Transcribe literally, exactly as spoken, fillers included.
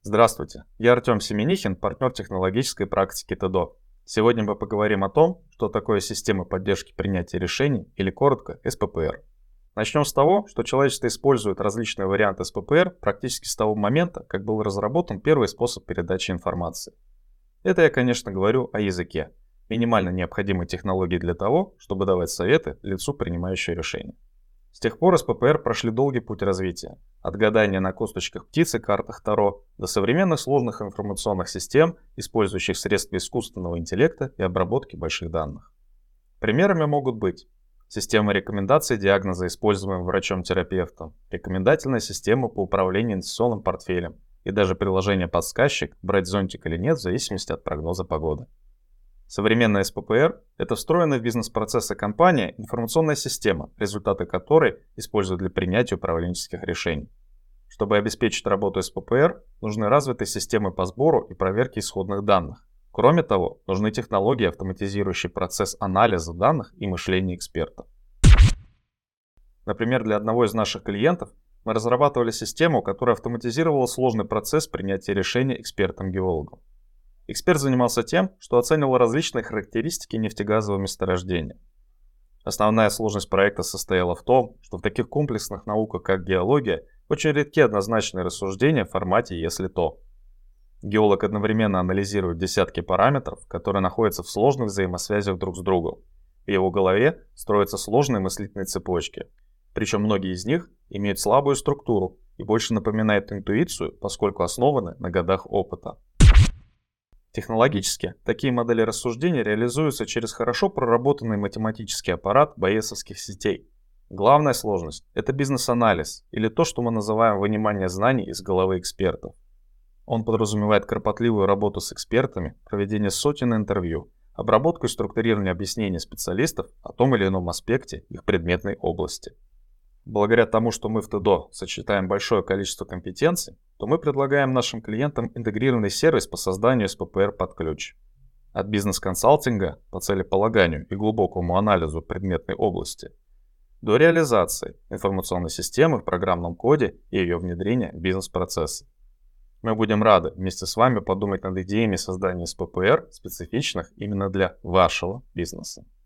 Здравствуйте, я Артем Семенихин, партнер технологической практики ТЭДО. Сегодня мы поговорим о том, что такое система поддержки принятия решений, или коротко эс пэ пэ эр. Начнем с того, что человечество использует различные варианты эс пэ пэ эр практически с того момента, как был разработан первый способ передачи информации. Это я, конечно, говорю о языке, минимально необходимой технологии для того, чтобы давать советы лицу, принимающему решения. С тех пор эс пэ пэ эр прошли долгий путь развития, от гадания на косточках птиц и картах Таро до современных сложных информационных систем, использующих средства искусственного интеллекта и обработки больших данных. Примерами могут быть система рекомендаций диагноза, используемая врачом-терапевтом, рекомендательная система по управлению инвестиционным портфелем и даже приложение-подсказчик брать зонтик или нет в зависимости от прогноза погоды. Современная эс пэ пэ эр – это встроенная в бизнес-процессы компания информационная система, результаты которой используют для принятия управленческих решений. Чтобы обеспечить работу эс пэ пэ эр, нужны развитые системы по сбору и проверке исходных данных. Кроме того, нужны технологии, автоматизирующие процесс анализа данных и мышления экспертов. Например, для одного из наших клиентов мы разрабатывали систему, которая автоматизировала сложный процесс принятия решений экспертом-геологом. Эксперт занимался тем, что оценивал различные характеристики нефтегазового месторождения. Основная сложность проекта состояла в том, что в таких комплексных науках, как геология, очень редки однозначные рассуждения в формате «если то». Геолог одновременно анализирует десятки параметров, которые находятся в сложных взаимосвязях друг с другом. В его голове строятся сложные мыслительные цепочки, причем многие из них имеют слабую структуру и больше напоминают интуицию, поскольку основаны на годах опыта. Технологически такие модели рассуждения реализуются через хорошо проработанный математический аппарат байесовских сетей. Главная сложность – это бизнес-анализ, или то, что мы называем вынимание знаний из головы экспертов. Он подразумевает кропотливую работу с экспертами, проведение сотен интервью, обработку и структурирование объяснений специалистов о том или ином аспекте их предметной области. Благодаря тому, что мы в ТЭДО сочетаем большое количество компетенций, то мы предлагаем нашим клиентам интегрированный сервис по созданию эс пэ пэ эр под ключ. От бизнес-консалтинга по целеполаганию и глубокому анализу предметной области до реализации информационной системы в программном коде и ее внедрения в бизнес-процессы. Мы будем рады вместе с вами подумать над идеями создания эс пэ пэ эр, специфичных именно для вашего бизнеса.